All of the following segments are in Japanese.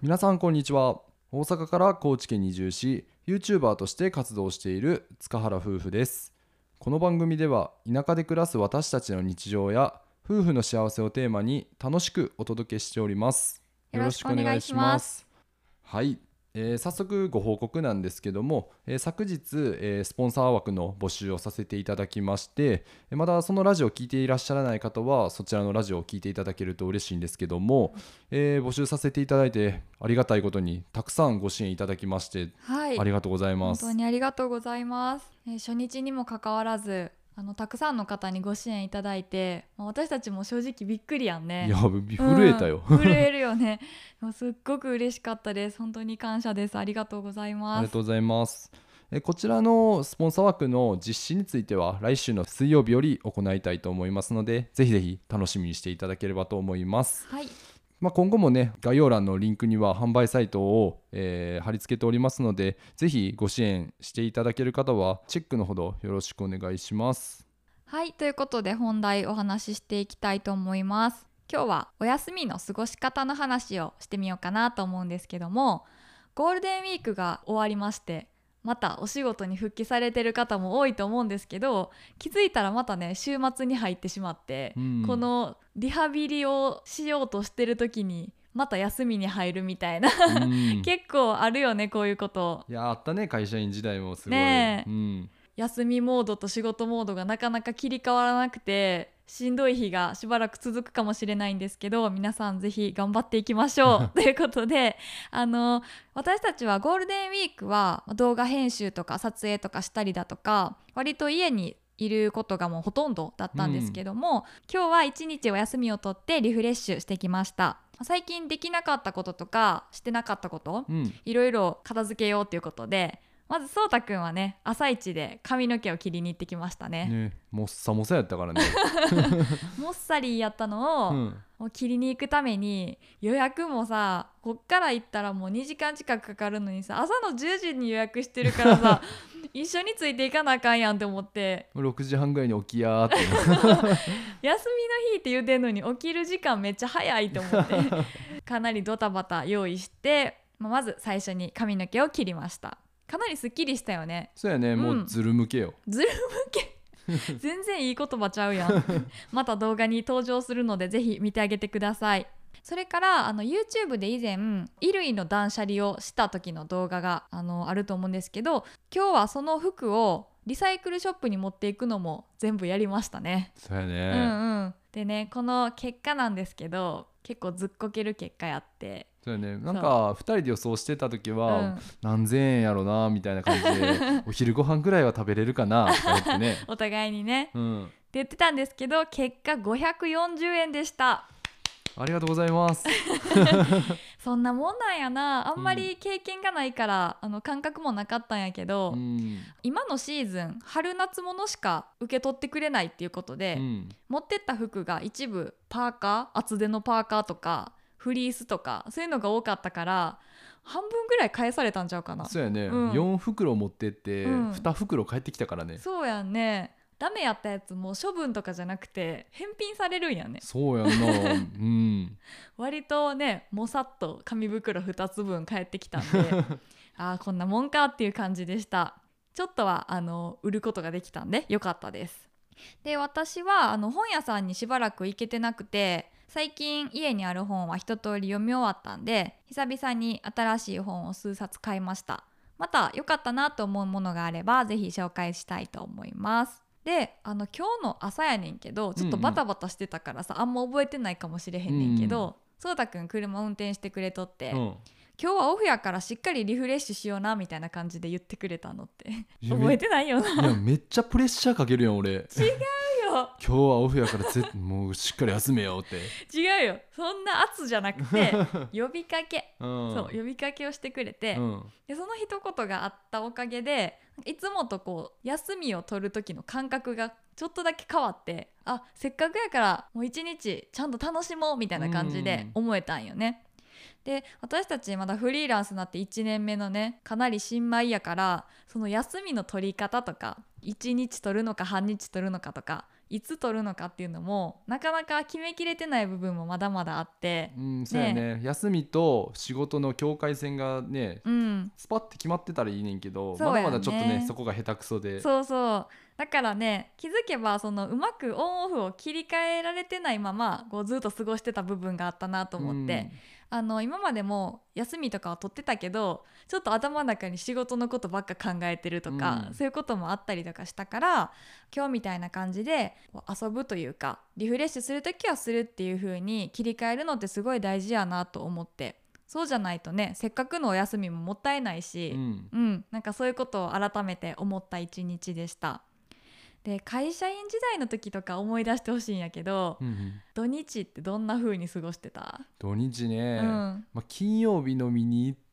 皆さんこんにちは。大阪から高知県に移住し YouTuber として活動している塚原夫婦です。この番組では田舎で暮らす私たちの日常や夫婦の幸せをテーマに楽しくお届けしております。よろしくお願いします。はい、早速ご報告なんですけども、昨日、スポンサー枠の募集をさせていただきまして、まだそのラジオを聞いていらっしゃらない方はそちらのラジオを聞いていただけると嬉しいんですけども、募集させていただいてありがたいことにたくさんご支援いただきましてはい、 ありがとうございま本す。 当にありがとうございます。初日にもかかわらずたくさんの方にご支援いただいて、私たちも正直びっくりやんね。 いや震えたよ、 震えるよね。でもすっごく嬉しかったです。本当に感謝です。ありがとうございます。 ありがとうございます。こちらのスポンサー枠の実施については来週の水曜日より行いたいと思いますので、ぜひぜひ楽しみにしていただければと思います。 はい、 今後もね、概要欄のリンクには販売サイトを、貼り付けておりますので、ぜひご支援していただける方はチェックのほどよろしくお願いします。 はい、ということで本題お話ししていきたいと思います。今日はお休みの過ごし方の話をしてみようかなと思うんですけども、ゴールデンウィークが終わりまして、またお仕事に復帰されてる方も多いと思うんですけど、気づいたらまたね、週末に入ってしまって、このリハビリをしようとしてる時にまた休みに入るみたいな結構あるよね、こういうこと。 いやあったね、会社員時代もすごい、 ねえ、休みモードと仕事モードがなかなか切り替わらなくて、しんどい日がしばらく続くかもしれないんですけど、皆さんぜひ頑張っていきましょうということで、私たちはゴールデンウィークは動画編集とか撮影とかしたりだとか、割と家にいることがもうほとんどだったんですけども、今日は一日お休みを取ってリフレッシュしてきました。最近できなかったこととかしてなかったこと、いろいろ片付けようということで、まずそうたくんはね、朝一で髪の毛を切りに行ってきましたね。 もっさもさやったからねモッサリーやったのを、もう切りに行くために予約もさ、こっから行ったらもう2時間近くかかるのにさ、朝の10時に予約してるからさ一緒についていかなあかんやんって思って 6時半ぐらいに起きやーって休みの日って言うてんのに起きる時間めっちゃ早いと思ってかなりドタバタ用意して、まず最初に髪の毛を切りました。かなりすっきりしたよね。 そうやね、もうズル向けよ。 ズル向け全然いい言葉ちゃうやんまた動画に登場するのでぜひ見てあげてください。それからYouTube で以前衣類の断捨離をした時の動画があると思うんですけど、今日はその服をリサイクルショップに持っていくのも全部やりましたね。 そうやね、 でね、この結果なんですけど、結構ずっこける結果やって、 そうやね、なんか2人で予想してた時は、何千円やろなみたいな感じでお昼ご飯ぐらいは食べれるかなとか言ってねお互いにね、って言ってたんですけど、結果540円でした。 ありがとうございますそんなもんなんやな。あんまり経験がないから、感覚もなかったんやけど、今のシーズン春夏物しか受け取ってくれないっていうことで、持ってった服が一部パーカー、厚手のパーカーとかフリースとかそういうのが多かったから、半分ぐらい返されたんちゃうかな。 そうやね、4袋持ってって、2袋返ってきたからね。 そうやんね。ダメやったやつも処分とかじゃなくて返品されるんやね。 そうやんな割とね、もさっと紙袋2つ分返ってきたんであーこんなもんかっていう感じでした。ちょっとは売ることができたんでよかったです。で、私は本屋さんにしばらく行けてなくて、最近家にある本は一通り読み終わったんで、久々に新しい本を数冊買いました。また良かったなと思うものがあればぜひ紹介したいと思います。で、今日の朝やねんけど、ちょっとバタバタしてたからさ、あんま覚えてないかもしれへんねんけど、そうたくん車運転してくれとって、今日はオフやからしっかりリフレッシュしようなみたいな感じで言ってくれたのって覚えてないよな。 いやめっちゃプレッシャーかけるやん俺。違うよ今日はオフやからもうしっかり休めよって。 違うよ、そんな圧じゃなくて呼びかけ、そう呼びかけをしてくれて、でその一言があったおかげで、いつもとこう休みを取る時の感覚がちょっとだけ変わって、あ、せっかくやからもう一日ちゃんと楽しもうみたいな感じで思えたんよね。で、私たちまだフリーランスになって1年目のね、かなり新米やから、その休みの取り方とか1日取るのか半日取るのかとかいつ取るのかっていうのもなかなか決めきれてない部分もまだまだあって、 そうやね。休みと仕事の境界線がね、スパッて決まってたらいいねんけど、まだまだちょっとねそこが下手くそで。 そうそうだからね、気づけばそのうまくオンオフを切り替えられてないままこうずっと過ごしてた部分があったなと思って、今までも休みとかは取ってたけどちょっと頭の中に仕事のことばっか考えてるとか、そういうこともあったりとかしたから、今日みたいな感じで遊ぶというかリフレッシュするときはするっていう風に切り替えるのってすごい大事やなと思って、そうじゃないとねせっかくのお休みももったいないし、なんかそういうことを改めて思った一日でした。で会社員時代の時とか思い出してほしいんやけど、土日ってどんな風に過ごしてた？ 土日ね、金曜日飲みに行って、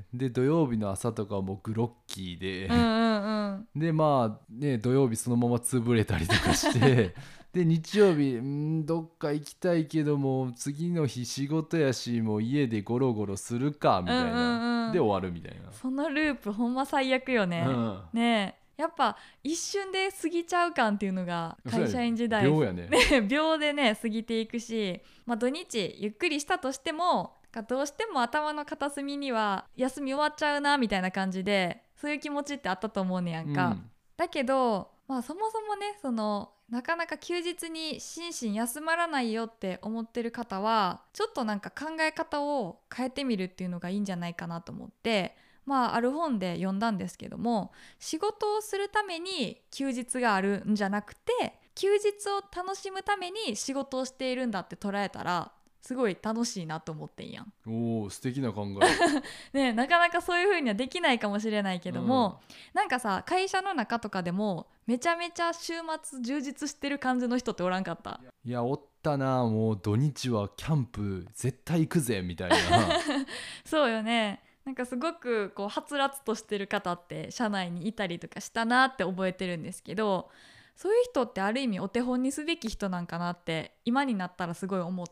で土曜日の朝とかもグロッキーで、で土曜日そのまま潰れたりとかしてで日曜日どっか行きたいけども次の日仕事やしもう家でゴロゴロするかみたいな、で終わるみたいな。 そのループほんま最悪よね。ねえやっぱ一瞬で過ぎちゃう感っていうのが会社員時代秒やね秒でね過ぎていくし、土日ゆっくりしたとしてもどうしても頭の片隅には休み終わっちゃうなみたいな感じで、そういう気持ちってあったと思うねやんか、だけどそもそもねなかなか休日に心身休まらないよって思ってる方はちょっとなんか考え方を変えてみるっていうのがいいんじゃないかなと思って、ある本で読んだんですけども、仕事をするために休日があるんじゃなくて休日を楽しむために仕事をしているんだって捉えたらすごい楽しいなと思ってんやん。 おー素敵な考えね、なかなかそういう風にはできないかもしれないけども、なんかさ会社の中とかでもめちゃめちゃ週末充実してる感じの人っておらんかった？ いやおったな。もう土日はキャンプ絶対行くぜみたいなそうよね。なんかすごくこうはつらつとしてる方って社内にいたりとかしたなって覚えてるんですけど、そういう人ってある意味お手本にすべき人なんかなって今になったらすごい思って。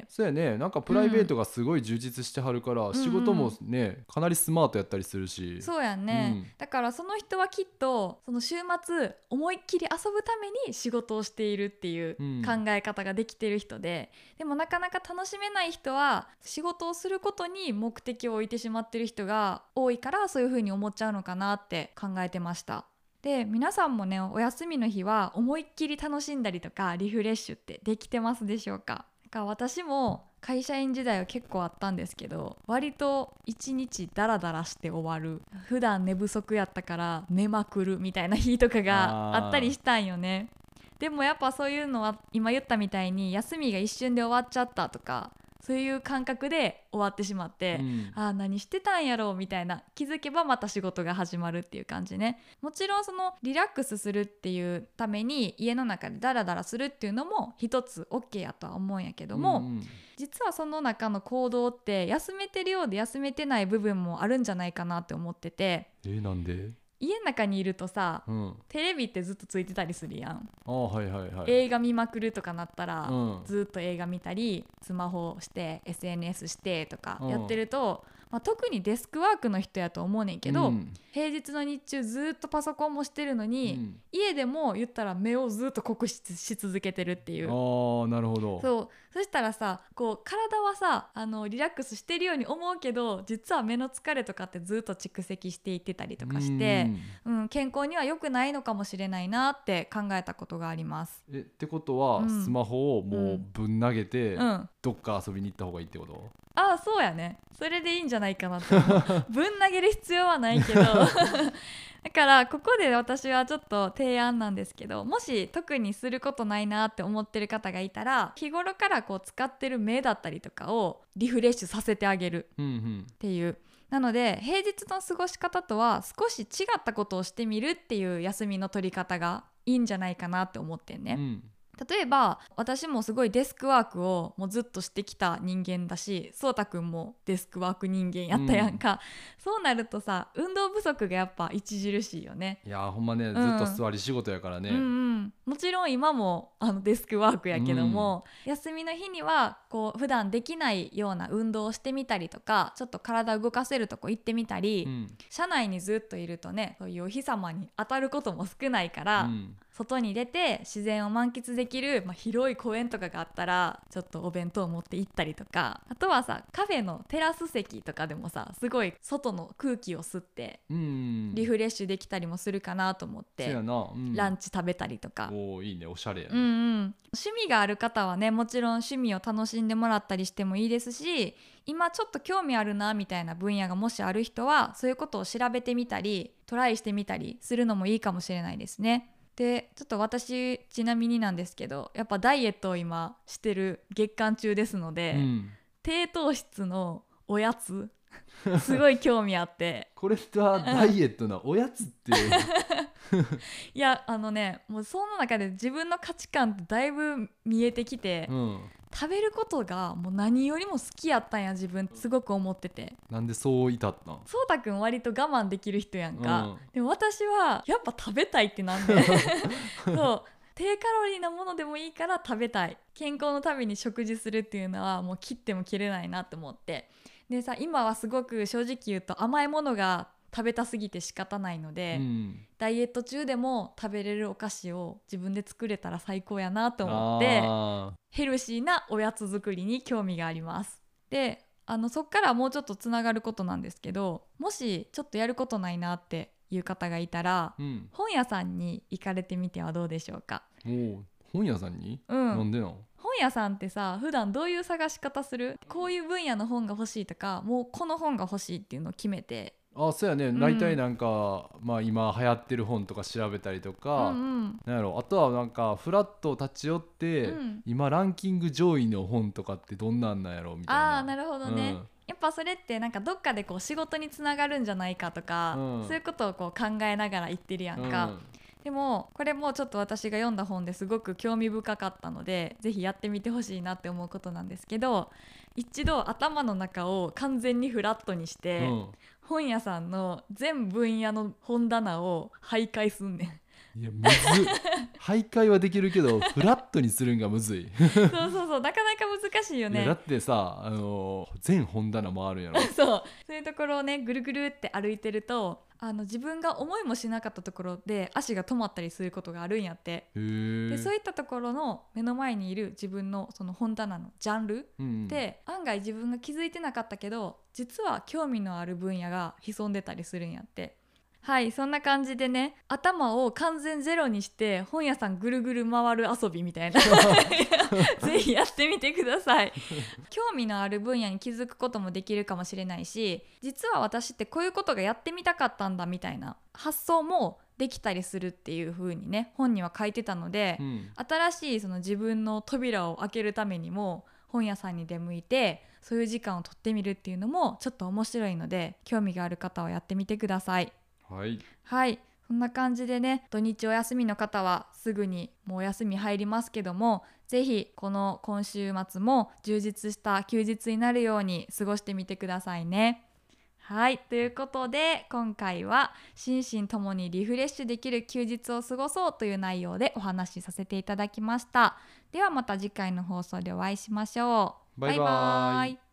そうやね。なんかプライベートがすごい充実してはるから、仕事もねかなりスマートやったりするし。 そうやんね、だからその人はきっとその週末思いっきり遊ぶために仕事をしているっていう考え方ができてる人で、でもなかなか楽しめない人は仕事をすることに目的を置いてしまってる人が多いから、そういう風に思っちゃうのかなって考えてました。で皆さんもねお休みの日は思いっきり楽しんだりとかリフレッシュってできてますでしょうか？私も会社員時代は結構あったんですけど、割と一日ダラダラして終わる、普段寝不足やったから寝まくるみたいな日とかがあったりしたんよね。でもやっぱそういうのは今言ったみたいに休みが一瞬で終わっちゃったとかそういう感覚で終わってしまって、何してたんやろうみたいな、気づけばまた仕事が始まるっていう感じね。もちろんそのリラックスするっていうために家の中でダラダラするっていうのも一つ OK やとは思うんやけども、実はその中の行動って休めてるようで休めてない部分もあるんじゃないかなって思ってて。 なんで？ 家の中にいるとさ、テレビってずっとついてたりするやん。 はい映画見まくるとかなったら、ずっと映画見たりスマホして SNS してとかやってると、特にデスクワークの人やと思うねんけど、平日の日中ずっとパソコンもしてるのに、家でも言ったら目をずっと酷使し続けてるっていう。 なるほど。 そしたらさこう体はさリラックスしてるように思うけど、実は目の疲れとかってずっと蓄積していってたりとかして、健康には良くないのかもしれないなって考えたことがあります。 ってことは、スマホをもうぶん投げて、どっか遊びに行った方がいいってこと？ そうやね。それでいいんじゃないかなと思うぶん投げる必要はないけどだからここで私はちょっと提案なんですけど、もし特にすることないなって思ってる方がいたら、日頃からこう使ってる目だったりとかをリフレッシュさせてあげるっていう、なので平日の過ごし方とは少し違ったことをしてみるっていう休みの取り方がいいんじゃないかなって思ってんね。例えば私もすごいデスクワークをもうずっとしてきた人間だし、そうたくんもデスクワーク人間やったやんか、そうなるとさ運動不足がやっぱ著しいよね。 いやほんまね、ずっと座り仕事やからね、 もちろん今もデスクワークやけども、休みの日にはこう普段できないような運動をしてみたりとか、ちょっと体を動かせるとこ行ってみたり、社内にずっといるとねそういうお日様に当たることも少ないから、 外に出て自然を満喫できる、広い公園とかがあったらちょっとお弁当を持って行ったりとか、あとはさカフェのテラス席とかでもさすごい外の空気を吸ってリフレッシュできたりもするかなと思って、 そうやな、 ランチ食べたりとか。 おーいいね、おしゃれやね。 趣味がある方はねもちろん趣味を楽しんでもらったりしてもいいですし、今ちょっと興味あるなみたいな分野がもしある人はそういうことを調べてみたりトライしてみたりするのもいいかもしれないですね。でちょっと私ちなみになんですけど、やっぱダイエットを今してる月間中ですので、低糖質のおやつすごい興味あってこれはダイエットのおやつっていういやもうその中で自分の価値観ってだいぶ見えてきて、食べることがもう何よりも好きやったんや自分すごく思ってて。 なんでそう至ったん？ そうたくん割と我慢できる人やんか、でも私はやっぱ食べたいってなんでそう低カロリーなものでもいいから食べたい、健康のために食事するっていうのはもう切っても切れないなって思って。でさ今はすごく正直言うと甘いものが食べたすぎて仕方ないので、ダイエット中でも食べれるお菓子を自分で作れたら最高やなと思ってヘルシーなおやつ作りに興味があります。でそっからもうちょっとつながることなんですけど、もしちょっとやることないなっていう方がいたら、本屋さんに行かれてみてはどうでしょうか。 本屋さんに、なんでなん？ 本屋さんってさ普段どういう探し方する？こういう分野の本が欲しいとか、もうこの本が欲しいっていうのを決めて。 そうやね、大体なんか、今流行ってる本とか調べたりとか、なんやろ、あとはなんかフラッと立ち寄って、今ランキング上位の本とかってどんなんなんやろみたいな。 なるほどね、やっぱそれってなんかどっかでこう仕事につながるんじゃないかとか、そういうことをこう考えながら言ってるやんか、でもこれもちょっと私が読んだ本ですごく興味深かったのでぜひやってみてほしいなって思うことなんですけど、一度頭の中を完全にフラットにして、本屋さんの全分野の本棚を徘徊すんねん。 いやむず徘徊はできるけどフラットにするんがむずいそうなかなか難しいよね。 いやだってさ、全本棚もあるんやろそういうところをねぐるぐるって歩いてると自分が思いもしなかったところで足が止まったりすることがあるんやって。でそういったところの目の前にいる自分のその本棚のジャンルって案外自分が気づいてなかったけど実は興味のある分野が潜んでたりするんやって。はい、そんな感じでね頭を完全ゼロにして本屋さんぐるぐる回る遊びみたいなぜひやってみてください。興味のある分野に気づくこともできるかもしれないし、実は私ってこういうことがやってみたかったんだみたいな発想もできたりするっていう風にね本には書いてたので、新しいその自分の扉を開けるためにも本屋さんに出向いてそういう時間を取ってみるっていうのもちょっと面白いので、興味がある方はやってみてください。はい、そんな感じでね土日お休みの方はすぐにもうお休み入りますけども、ぜひこの今週末も充実した休日になるように過ごしてみてくださいね。はい、ということで今回は心身ともにリフレッシュできる休日を過ごそうという内容でお話しさせていただきました。ではまた次回の放送でお会いしましょう。バイバーイ。